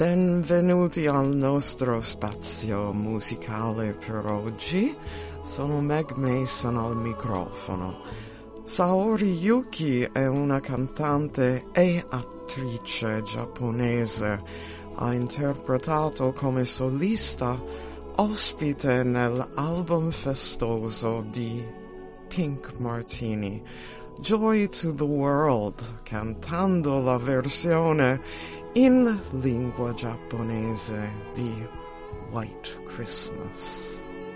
Benvenuti al nostro spazio musicale per oggi. Sono Meg Mason al microfono. Saori Yuki è una cantante e attrice giapponese. Ha interpretato come solista ospite nell'album festoso di Pink Martini, Joy to the World, cantando la versione in lingua giapponese di White Christmas.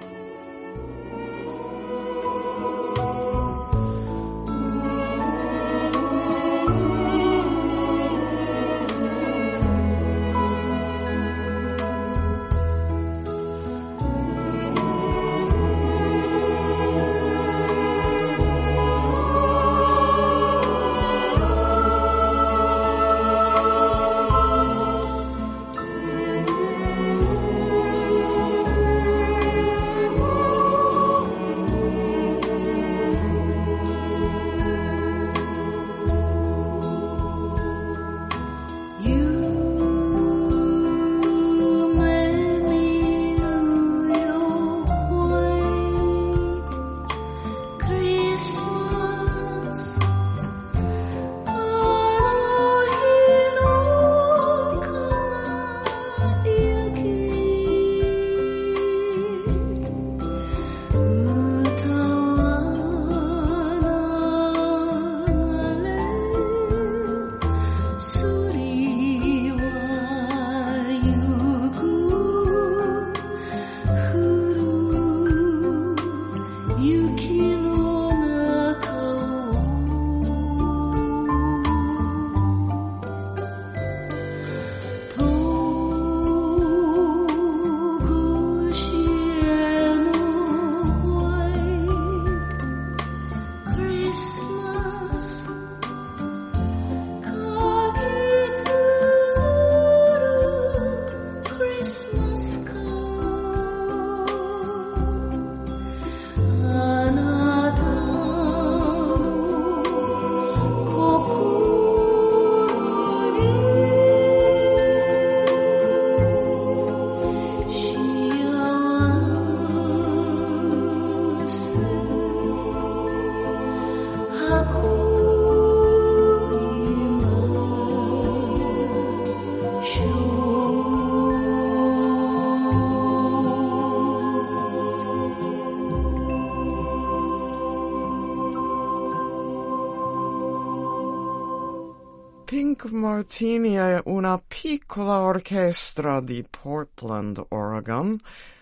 Pink Martini è una piccola orchestra di Portland, Oregon,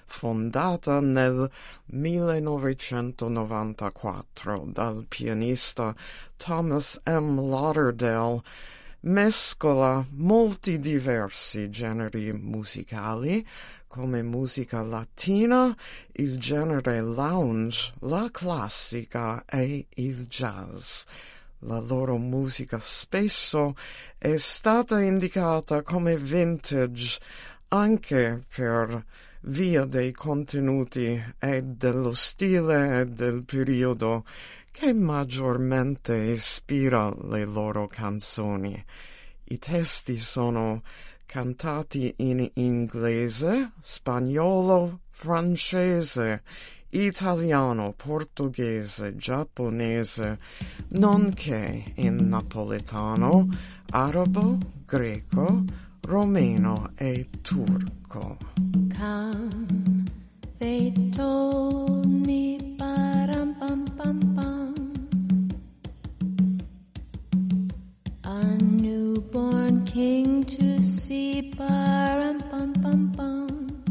fondata nel 1994 dal pianista Thomas M. Lauderdale. Mescola molti diversi generi musicali, come musica latina, il genere lounge, la classica e il jazz. La loro musica spesso è stata indicata come vintage anche per via dei contenuti e dello stile e del periodo che maggiormente ispira le loro canzoni. I testi sono cantati in inglese, spagnolo, francese, italiano, portoghese, giapponese, nonché in napoletano, arabo, greco, romeno e turco. Come they told me, param pam pam pam, a newborn king to see, param pam pam pam.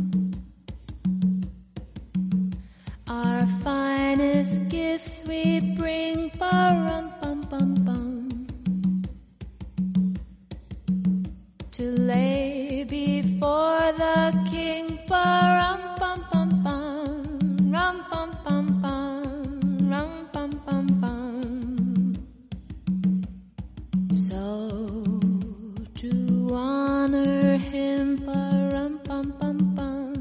Our finest gifts we bring, param pam pam pam, to lay before the king, param pam pam pam, ram pam pam pam, ram pam pam pam. So to honor him, param pam pam pam,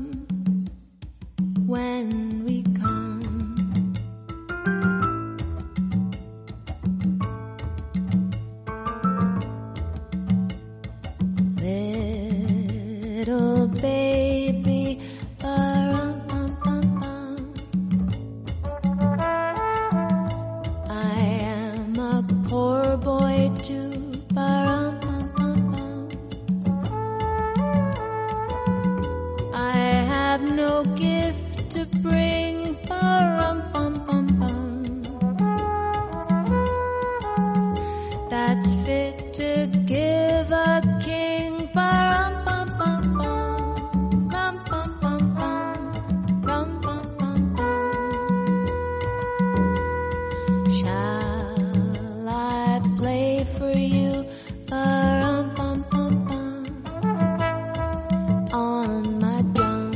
when we little baby. I am a poor boy too. I have no gift to bring. That's fit to give a king. Shall I play for you on my drum?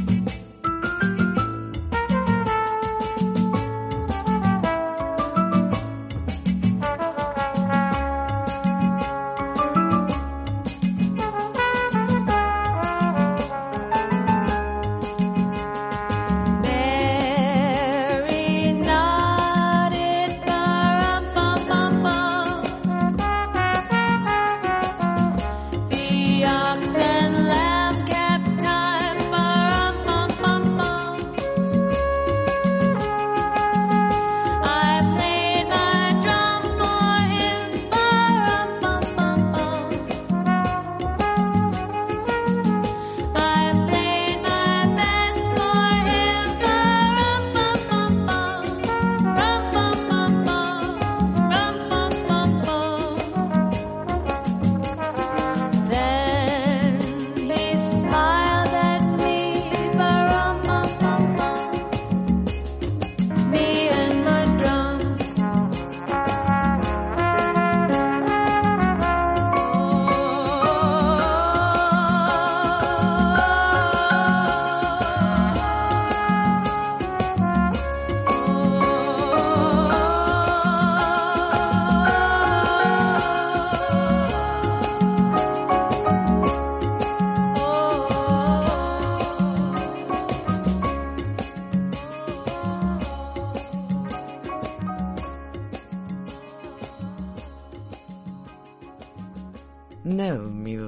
Nel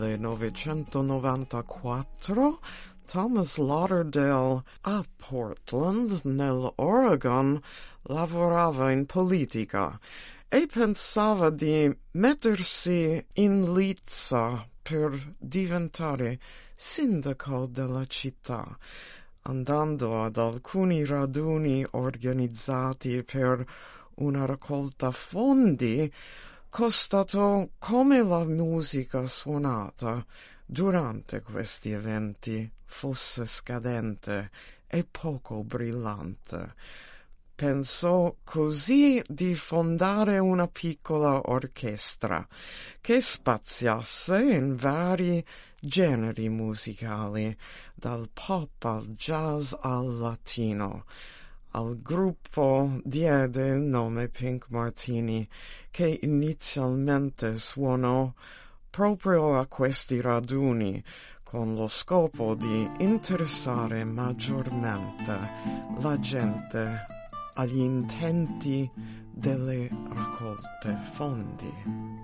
1994 Thomas Lauderdale a Portland, nell'Oregon, lavorava in politica e pensava di mettersi in lizza per diventare sindaco della città, andando ad alcuni raduni organizzati per una raccolta fondi. Constatò come la musica suonata durante questi eventi fosse scadente e poco brillante. Pensò così di fondare una piccola orchestra che spaziasse in vari generi musicali, dal pop al jazz al latino. Al gruppo diede il nome Pink Martini, che inizialmente suonò proprio a questi raduni, con lo scopo di interessare maggiormente la gente agli intenti delle raccolte fondi.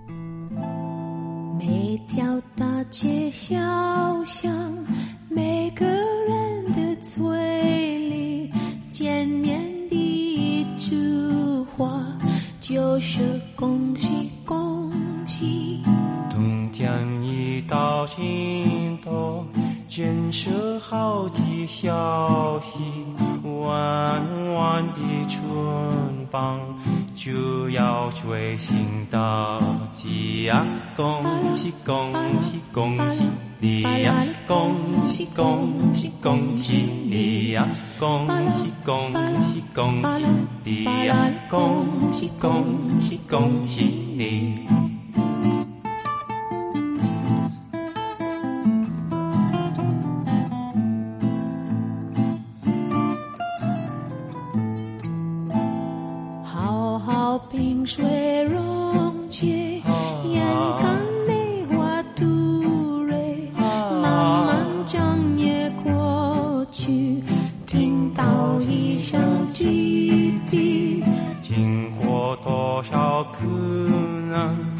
每条大街小巷，每个人的嘴里，见面第一句话就是恭喜恭喜。 冬天一到尽头，建设好的消息，弯弯的春棒就要吹醒大地呀！恭喜恭喜恭喜你呀！恭喜恭喜恭喜你呀！恭喜恭喜恭喜你呀！恭喜恭喜恭喜你。 萍水溶解，眼看梅花吐蕊，慢慢将夜过去，听到一声滴滴， 经过多少苦难，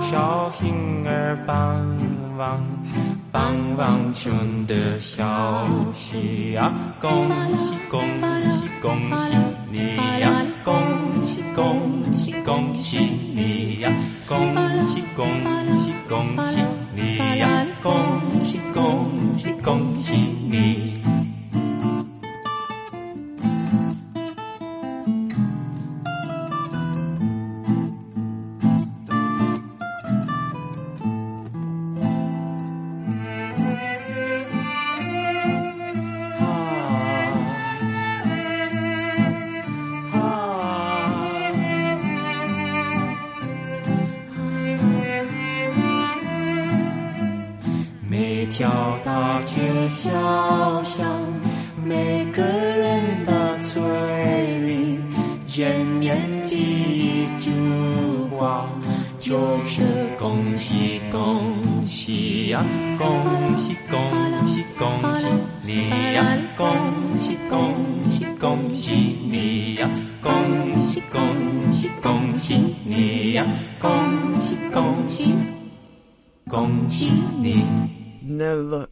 小星儿帮忙，帮忙春的消息啊！恭喜恭喜恭喜你呀！恭喜恭喜恭喜你呀！恭喜恭喜恭喜你呀！恭喜恭喜恭喜你！每条大街小巷，每个人的嘴里，见面第一句话就是恭喜恭喜呀，恭喜恭喜恭喜你呀，恭喜恭喜恭喜你呀，恭喜恭喜恭喜你呀，恭喜恭喜恭喜你。 Nel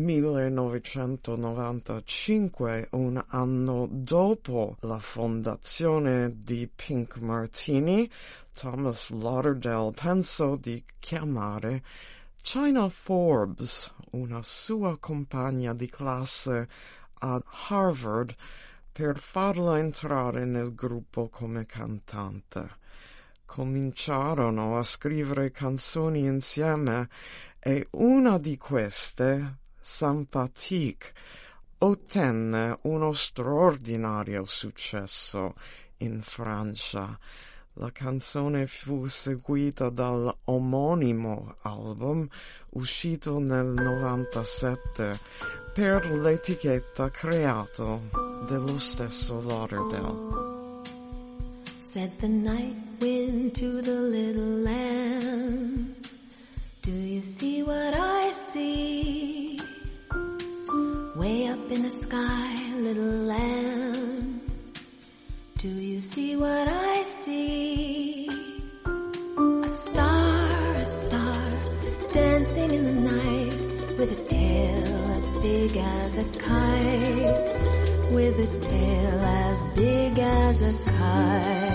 1995, un anno dopo la fondazione di Pink Martini, Thomas Lauderdale pensò di chiamare China Forbes, una sua compagna di classe a Harvard, per farla entrare nel gruppo come cantante. Cominciarono a scrivere canzoni insieme e una di queste, Sympathique, ottenne uno straordinario successo in Francia. La canzone fu seguita dall'omonimo album uscito nel 97 per l'etichetta creato dello stesso Lauderdale. Said the night wind to the little lamb, do you see what I see? Way up in the sky, little lamb, do you see what I see? A star, dancing in the night, with a tail as big as a kite, with a tail as big as a kite.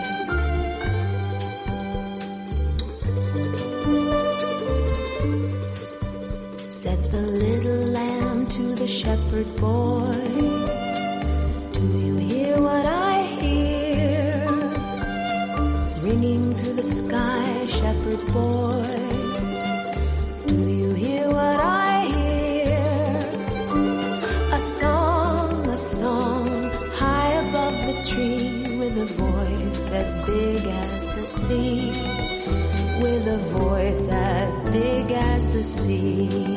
Said the little lamb to the shepherd boy, do you hear what I hear? Ringing through the sky, shepherd boy, do you hear what I hear? A song, high above the tree, with a voice as big as the sea, with a voice as big as the sea.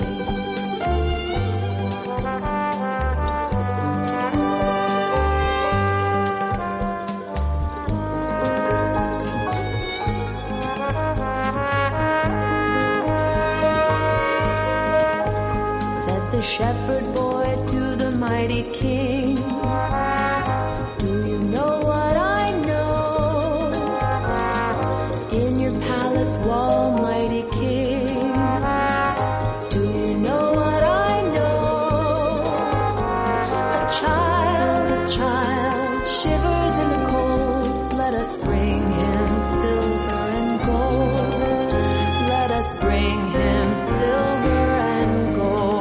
Said the shepherd boy to the mighty king, do you know what I know? In your palace wall, mighty king, do you know what I know? A child shivers in the cold. Let us bring him silver and gold. Let us bring him silver and gold.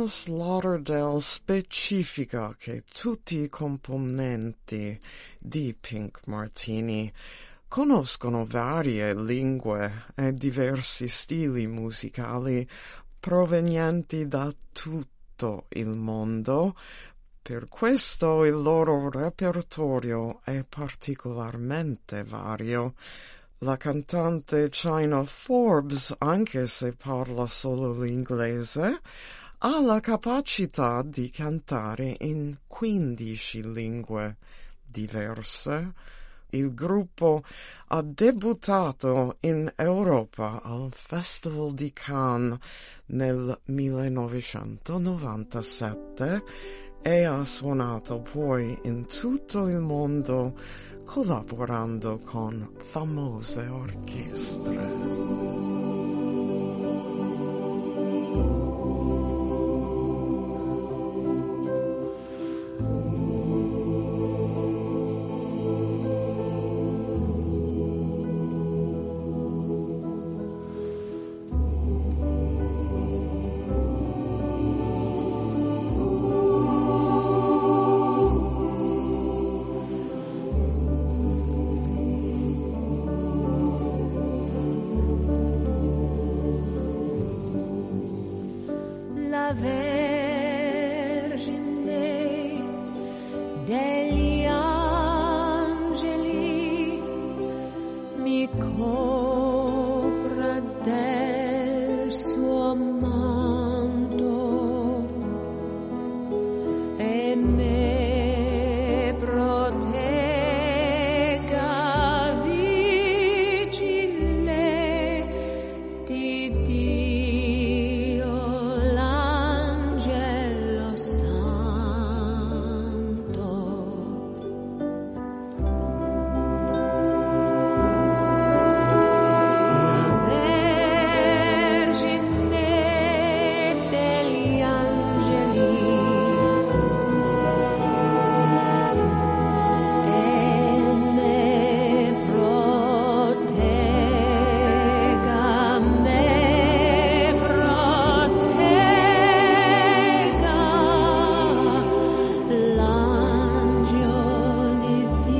Thomas Lauderdale specifica che tutti i componenti di Pink Martini conoscono varie lingue e diversi stili musicali provenienti da tutto il mondo. Per questo il loro repertorio è particolarmente vario. La cantante China Forbes, anche se parla solo l'inglese, ha la capacità di cantare in 15 lingue diverse. Il gruppo ha debuttato in Europa al Festival di Cannes nel 1997 e ha suonato poi in tutto il mondo collaborando con famose orchestre. La Vergine degli angeli mi copra del suo manto e me protegga vigile di Dio l'angelo santo. La Vergine degli angeli e me protegga, l'angelo di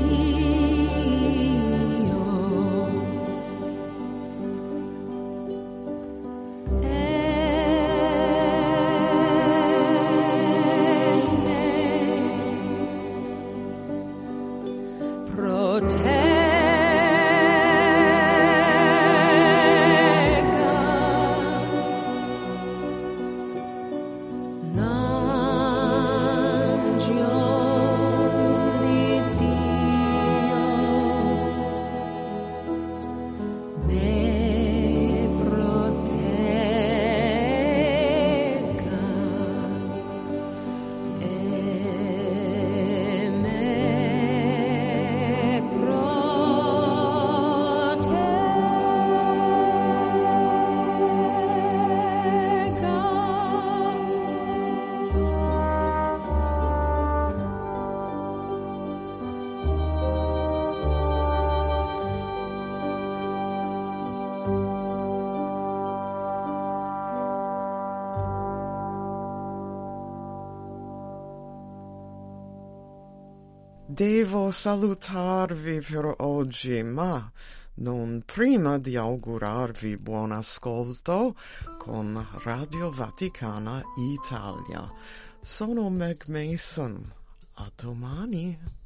Devo salutarvi per oggi, ma non prima di augurarvi buon ascolto con Radio Vaticana Italia. Sono Meg Mason. A domani.